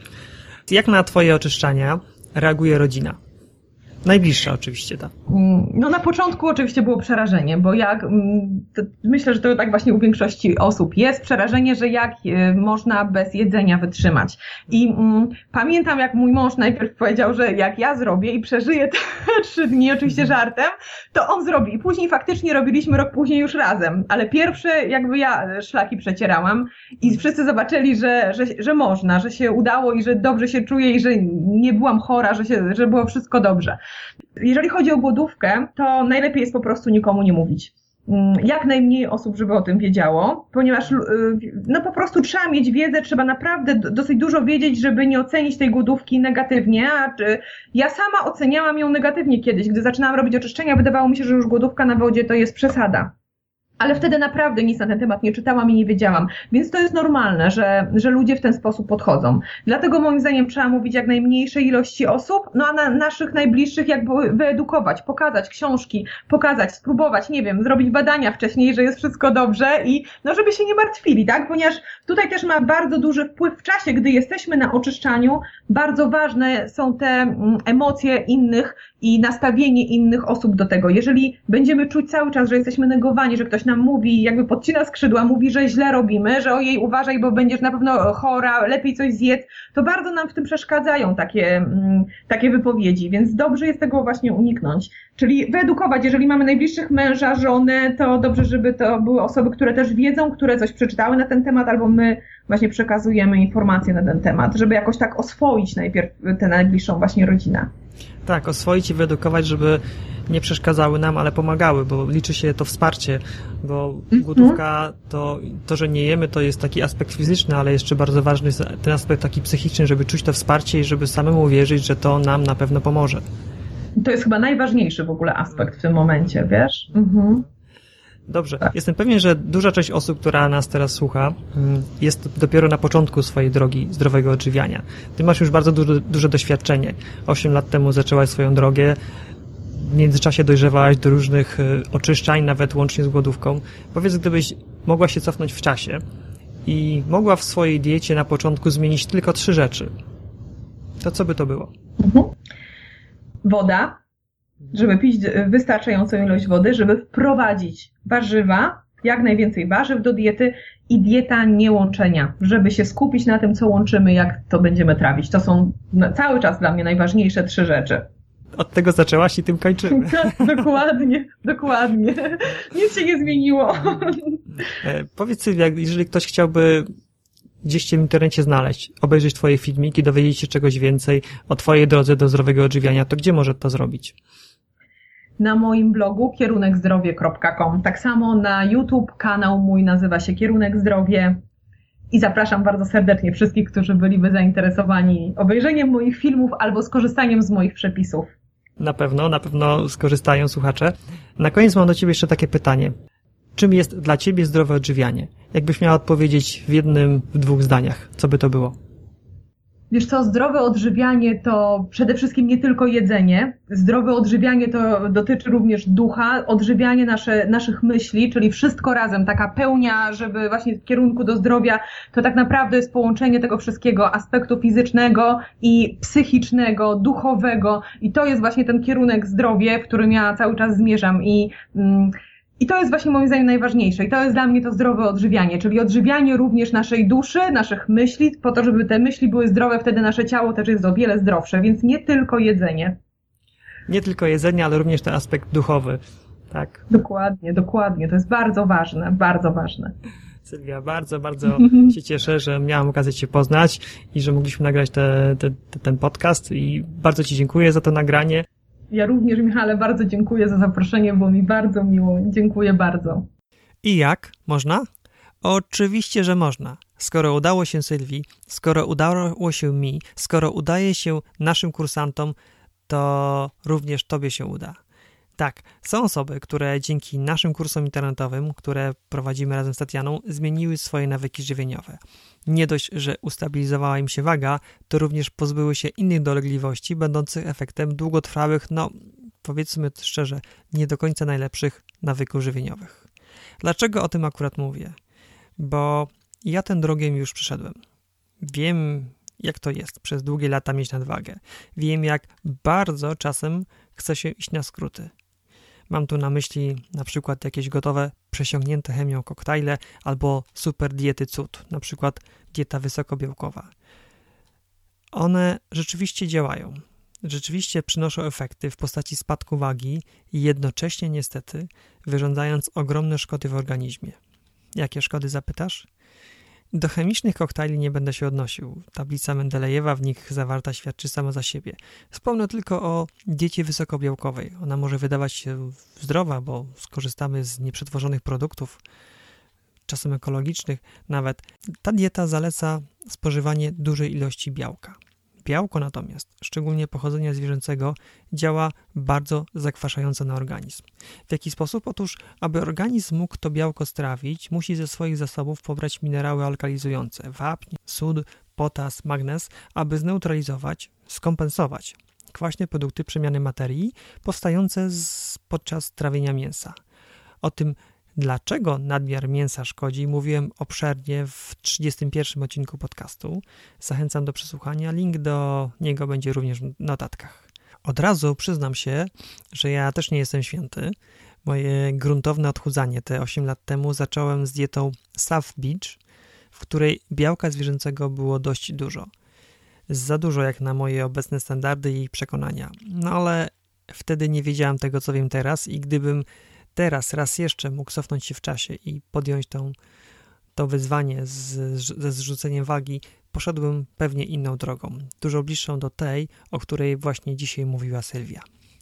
Jak na twoje oczyszczania reaguje rodzina? Najbliższa oczywiście, tak. No na początku oczywiście było przerażenie, bo jak, to myślę, że to tak właśnie u większości osób jest przerażenie, że jak można bez jedzenia wytrzymać. I mm, pamiętam, jak mój mąż najpierw powiedział, że jak ja zrobię i przeżyję te trzy dni, oczywiście żartem, to on zrobi. I później faktycznie robiliśmy rok później już razem, ale pierwsze jakby ja szlaki przecierałam i wszyscy zobaczyli, że, że, że można, że się udało i że dobrze się czuję i że nie byłam chora, że, się, że było wszystko dobrze. Jeżeli chodzi o głodówkę, to najlepiej jest po prostu nikomu nie mówić. Jak najmniej osób, żeby o tym wiedziało, ponieważ no po prostu trzeba mieć wiedzę, trzeba naprawdę dosyć dużo wiedzieć, żeby nie ocenić tej głodówki negatywnie. A ja sama oceniałam ją negatywnie kiedyś, gdy zaczynałam robić oczyszczenia, wydawało mi się, że już głodówka na wodzie to jest przesada. Ale wtedy naprawdę nic na ten temat nie czytałam i nie wiedziałam. Więc to jest normalne, że, że ludzie w ten sposób podchodzą. Dlatego moim zdaniem trzeba mówić jak najmniejszej ilości osób, no a na naszych najbliższych jakby wyedukować, pokazać książki, pokazać, spróbować, nie wiem, zrobić badania wcześniej, że jest wszystko dobrze i no żeby się nie martwili, tak? Ponieważ tutaj też ma bardzo duży wpływ w czasie, gdy jesteśmy na oczyszczaniu. Bardzo ważne są te emocje innych i nastawienie innych osób do tego. Jeżeli będziemy czuć cały czas, że jesteśmy negowani, że ktoś nam mówi, jakby podcina skrzydła, mówi, że źle robimy, że ojej, uważaj, bo będziesz na pewno chora, lepiej coś zjedz, to bardzo nam w tym przeszkadzają takie, mm, takie wypowiedzi, więc dobrze jest tego właśnie uniknąć. Czyli wyedukować, jeżeli mamy najbliższych męża, żonę, to dobrze, żeby to były osoby, które też wiedzą, które coś przeczytały na ten temat, albo my właśnie przekazujemy informacje na ten temat, żeby jakoś tak oswoić najpierw tę najbliższą właśnie rodzinę. Tak, oswoić i wyedukować, żeby nie przeszkadzały nam, ale pomagały, bo liczy się to wsparcie, bo mm-hmm. głodówka, to, to, że nie jemy, to jest taki aspekt fizyczny, ale jeszcze bardzo ważny jest ten aspekt taki psychiczny, żeby czuć to wsparcie i żeby samemu wierzyć, że to nam na pewno pomoże. To jest chyba najważniejszy w ogóle aspekt w tym momencie, wiesz? Mhm. Dobrze. Jestem pewien, że duża część osób, która nas teraz słucha, jest dopiero na początku swojej drogi zdrowego odżywiania. Ty masz już bardzo duże, duże doświadczenie. Osiem lat temu zaczęłaś swoją drogę. W międzyczasie dojrzewałaś do różnych oczyszczań, nawet łącznie z głodówką. Powiedz, gdybyś mogła się cofnąć w czasie i mogła w swojej diecie na początku zmienić tylko trzy rzeczy, to co by to było? Mhm. Woda. Żeby pić wystarczającą ilość wody, żeby wprowadzić warzywa, jak najwięcej warzyw do diety i dieta niełączenia, żeby się skupić na tym, co łączymy, jak to będziemy trawić. To są cały czas dla mnie najważniejsze trzy rzeczy. Od tego zaczęłaś i tym kończymy. Dokładnie, dokładnie. Nic się nie zmieniło. E, powiedz Sylwia, jeżeli ktoś chciałby gdzieś cię w internecie znaleźć, obejrzeć twoje filmiki, dowiedzieć się czegoś więcej o twojej drodze do zdrowego odżywiania, to gdzie może to zrobić? Na moim blogu kierunek zdrowie kropka com. Tak samo na YouTube kanał mój nazywa się Kierunek Zdrowie i zapraszam bardzo serdecznie wszystkich, którzy byliby zainteresowani obejrzeniem moich filmów albo skorzystaniem z moich przepisów. Na pewno, na pewno skorzystają słuchacze. Na koniec mam do ciebie jeszcze takie pytanie. Czym jest dla ciebie zdrowe odżywianie? Jakbyś miała odpowiedzieć w jednym, w dwóch zdaniach, co by to było? Wiesz co, zdrowe odżywianie to przede wszystkim nie tylko jedzenie. Zdrowe odżywianie to dotyczy również ducha, odżywianie nasze, naszych myśli, czyli wszystko razem, taka pełnia, żeby właśnie w kierunku do zdrowia, to tak naprawdę jest połączenie tego wszystkiego, aspektu fizycznego i psychicznego, duchowego i to jest właśnie ten kierunek zdrowie, w którym ja cały czas zmierzam i... Mm, I to jest właśnie moim zdaniem najważniejsze i to jest dla mnie to zdrowe odżywianie, czyli odżywianie również naszej duszy, naszych myśli, po to, żeby te myśli były zdrowe, wtedy nasze ciało też jest o wiele zdrowsze, więc nie tylko jedzenie. Nie tylko jedzenie, ale również ten aspekt duchowy, tak? Dokładnie, dokładnie, to jest bardzo ważne, bardzo ważne. Sylwia, bardzo, bardzo się cieszę, że miałam okazję cię poznać i że mogliśmy nagrać te, te, te, ten podcast i bardzo ci dziękuję za to nagranie. Ja również, Michale, bardzo dziękuję za zaproszenie, było mi bardzo miło. Dziękuję bardzo. I jak można Oczywiście, że można. Skoro udało się Sylwii, skoro udało się mi, skoro udaje się naszym kursantom, to również tobie się uda. Tak, są osoby, które dzięki naszym kursom internetowym, które prowadzimy razem z Tatianą, zmieniły swoje nawyki żywieniowe. Nie dość, że ustabilizowała im się waga, to również pozbyły się innych dolegliwości, będących efektem długotrwałych, no powiedzmy szczerze, nie do końca najlepszych nawyków żywieniowych. Dlaczego o tym akurat mówię? Bo ja tę drogę już przeszedłem. Wiem, jak to jest przez długie lata mieć nadwagę. Wiem, jak bardzo czasem chce się iść na skróty. Mam tu na myśli na przykład jakieś gotowe, przesiągnięte chemią koktajle albo super diety cud, na przykład dieta wysokobiałkowa. One rzeczywiście działają. Rzeczywiście przynoszą efekty w postaci spadku wagi i jednocześnie niestety wyrządzając ogromne szkody w organizmie. Jakie szkody, zapytasz? Do chemicznych koktajli nie będę się odnosił. Tablica Mendelejewa w nich zawarta świadczy sama za siebie. Wspomnę tylko o diecie wysokobiałkowej. Ona może wydawać się zdrowa, bo skorzystamy z nieprzetworzonych produktów, czasem ekologicznych nawet. Ta dieta zaleca spożywanie dużej ilości białka. Białko natomiast, szczególnie pochodzenia zwierzęcego, działa bardzo zakwaszająco na organizm. W jaki sposób? Otóż, aby organizm mógł to białko strawić, musi ze swoich zasobów pobrać minerały alkalizujące, wapń, sód, potas, magnez, aby zneutralizować, skompensować kwaśne produkty przemiany materii powstające z, podczas trawienia mięsa. O tym, dlaczego nadmiar mięsa szkodzi, mówiłem obszernie w trzydziestym pierwszym odcinku podcastu. Zachęcam do przesłuchania. Link do niego będzie również w notatkach. Od razu przyznam się, że ja też nie jestem święty. Moje gruntowne odchudzanie te osiem lat temu zacząłem z dietą South Beach, w której białka zwierzęcego było dość dużo. Za dużo jak na moje obecne standardy i przekonania. No ale wtedy nie wiedziałem tego, co wiem teraz i gdybym teraz raz jeszcze mógł cofnąć się w czasie i podjąć tą, to wyzwanie z, ze zrzuceniem wagi, poszedłbym pewnie inną drogą, dużo bliższą do tej, o której właśnie dzisiaj mówiła Sylwia.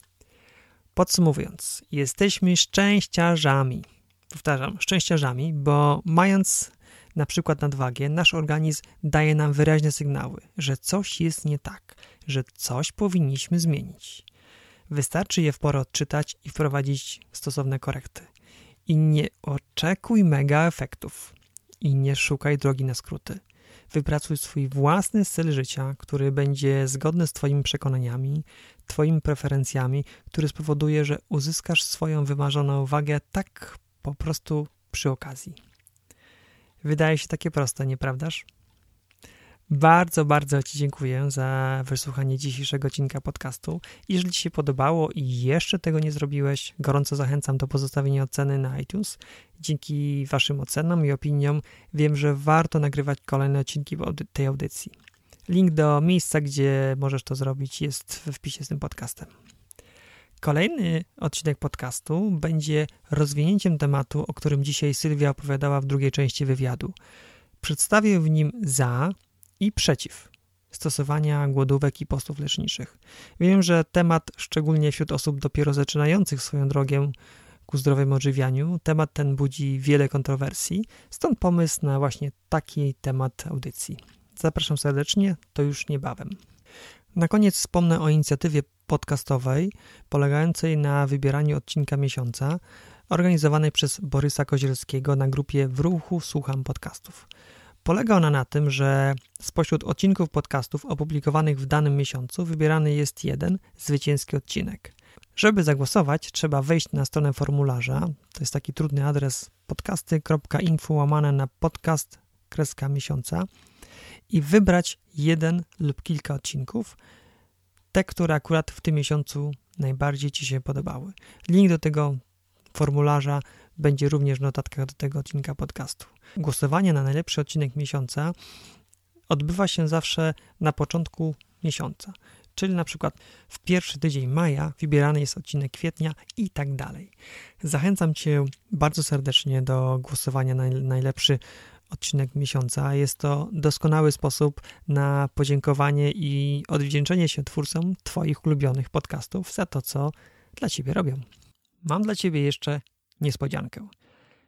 Podsumowując, jesteśmy szczęściarzami. Powtarzam, szczęściarzami, bo mając na przykład nadwagę, nasz organizm daje nam wyraźne sygnały, że coś jest nie tak, że coś powinniśmy zmienić. Wystarczy je w porę odczytać i wprowadzić stosowne korekty. I nie oczekuj mega efektów. I nie szukaj drogi na skróty. Wypracuj swój własny styl życia, który będzie zgodny z twoimi przekonaniami, twoimi preferencjami, który spowoduje, że uzyskasz swoją wymarzoną wagę tak po prostu przy okazji. Wydaje się takie proste, nieprawdaż? Bardzo, bardzo Ci dziękuję za wysłuchanie dzisiejszego odcinka podcastu. Jeżeli Ci się podobało i jeszcze tego nie zrobiłeś, gorąco zachęcam do pozostawienia oceny na iTunes. Dzięki Waszym ocenom i opiniom wiem, że warto nagrywać kolejne odcinki tej audycji. Link do miejsca, gdzie możesz to zrobić, jest w wpisie z tym podcastem. Kolejny odcinek podcastu będzie rozwinięciem tematu, o którym dzisiaj Sylwia opowiadała w drugiej części wywiadu. Przedstawię w nim za i przeciw stosowania głodówek i postów leczniczych. Wiem, że temat, szczególnie wśród osób dopiero zaczynających swoją drogę ku zdrowemu odżywianiu, temat ten budzi wiele kontrowersji, stąd pomysł na właśnie taki temat audycji. Zapraszam serdecznie, to już niebawem. Na koniec wspomnę o inicjatywie podcastowej polegającej na wybieraniu odcinka miesiąca organizowanej przez Borysa Kozielskiego na grupie W Ruchu Słucham Podcastów. Polega ona na tym, że spośród odcinków podcastów opublikowanych w danym miesiącu wybierany jest jeden zwycięski odcinek. Żeby zagłosować, trzeba wejść na stronę formularza, to jest taki trudny adres podcasty kropka info łamane na podcast kreska miesiąca i wybrać jeden lub kilka odcinków, te, które akurat w tym miesiącu najbardziej Ci się podobały. Link do tego formularza będzie również w notatkach do tego odcinka podcastu. Głosowanie na najlepszy odcinek miesiąca odbywa się zawsze na początku miesiąca, czyli na przykład w pierwszy tydzień maja wybierany jest odcinek kwietnia i tak dalej. Zachęcam Cię bardzo serdecznie do głosowania na najlepszy odcinek miesiąca. Jest to doskonały sposób na podziękowanie i odwdzięczenie się twórcom Twoich ulubionych podcastów za to, co dla Ciebie robią. Mam dla Ciebie jeszcze niespodziankę.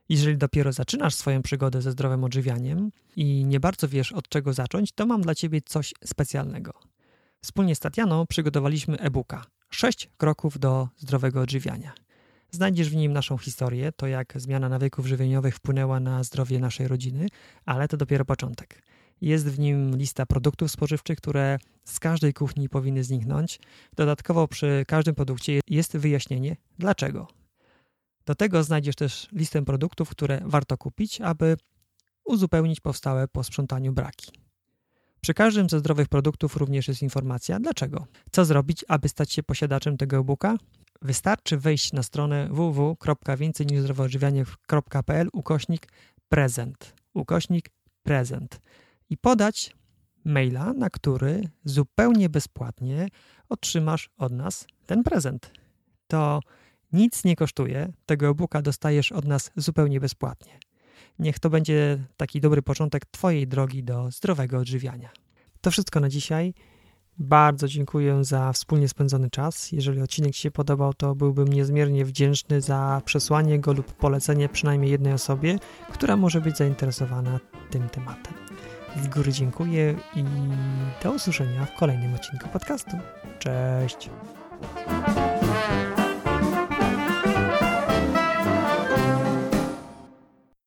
Jeżeli dopiero zaczynasz swoją przygodę ze zdrowym odżywianiem i nie bardzo wiesz, od czego zacząć, to mam dla Ciebie coś specjalnego. Wspólnie z Tatianą przygotowaliśmy e-booka sześć kroków do zdrowego odżywiania. Znajdziesz w nim naszą historię, to jak zmiana nawyków żywieniowych wpłynęła na zdrowie naszej rodziny, ale to dopiero początek. Jest w nim lista produktów spożywczych, które z każdej kuchni powinny zniknąć. Dodatkowo przy każdym produkcie jest wyjaśnienie dlaczego. Do tego znajdziesz też listę produktów, które warto kupić, aby uzupełnić powstałe po sprzątaniu braki. Przy każdym ze zdrowych produktów również jest informacja dlaczego. Co zrobić, aby stać się posiadaczem tego e-booka? Wystarczy wejść na stronę w w w kropka więcej niż zdrowe odżywianie kropka p l ukośnik prezent, ukośnik prezent i podać maila, na który zupełnie bezpłatnie otrzymasz od nas ten prezent. To nic nie kosztuje, tego e-booka dostajesz od nas zupełnie bezpłatnie. Niech to będzie taki dobry początek Twojej drogi do zdrowego odżywiania. To wszystko na dzisiaj. Bardzo dziękuję za wspólnie spędzony czas. Jeżeli odcinek Ci się podobał, to byłbym niezmiernie wdzięczny za przesłanie go lub polecenie przynajmniej jednej osobie, która może być zainteresowana tym tematem. Z góry dziękuję i do usłyszenia w kolejnym odcinku podcastu. Cześć!